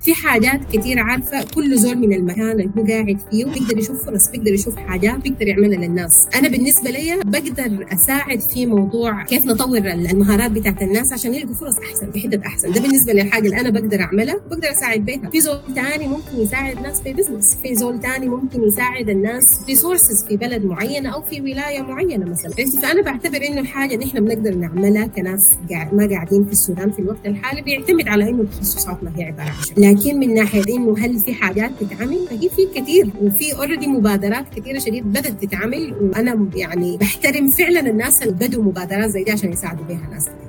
في حاجات كثير عارفه كل زول من المكان اللي هو قاعد فيه بيقدر يشوف فرص، بيقدر يشوف حاجات بيقدر يعملها للناس. انا بالنسبه لي بقدر اساعد في موضوع كيف نطور المهارات بتاعت الناس عشان يلقوا فرص احسن في حتت احسن. ده بالنسبه للحاجه اللي انا بقدر اعملها بقدر اساعد بيها. في زول ثاني ممكن يساعد ناس في بزنس، في زول ثاني ممكن يساعد الناس في سورسز في بلد معينه او في ولايه معينه مثلا. فانا بعتبر انه الحاجه اللي احنا بنقدر نعملها كناس ما قاعدين في السودان في الوقت الحالي بيعتمد على انه تخصصاتنا هي عباره عن شيء. لكن من ناحيه انه هل في حاجات تتعمل، اكيد في كثير، وفي اوريدي مبادرات كثيره شديد بدات تتعمل، وانا يعني بحترم فعلا الناس اللي بدوا مبادرات زي دي عشان يساعدوا بها ناس.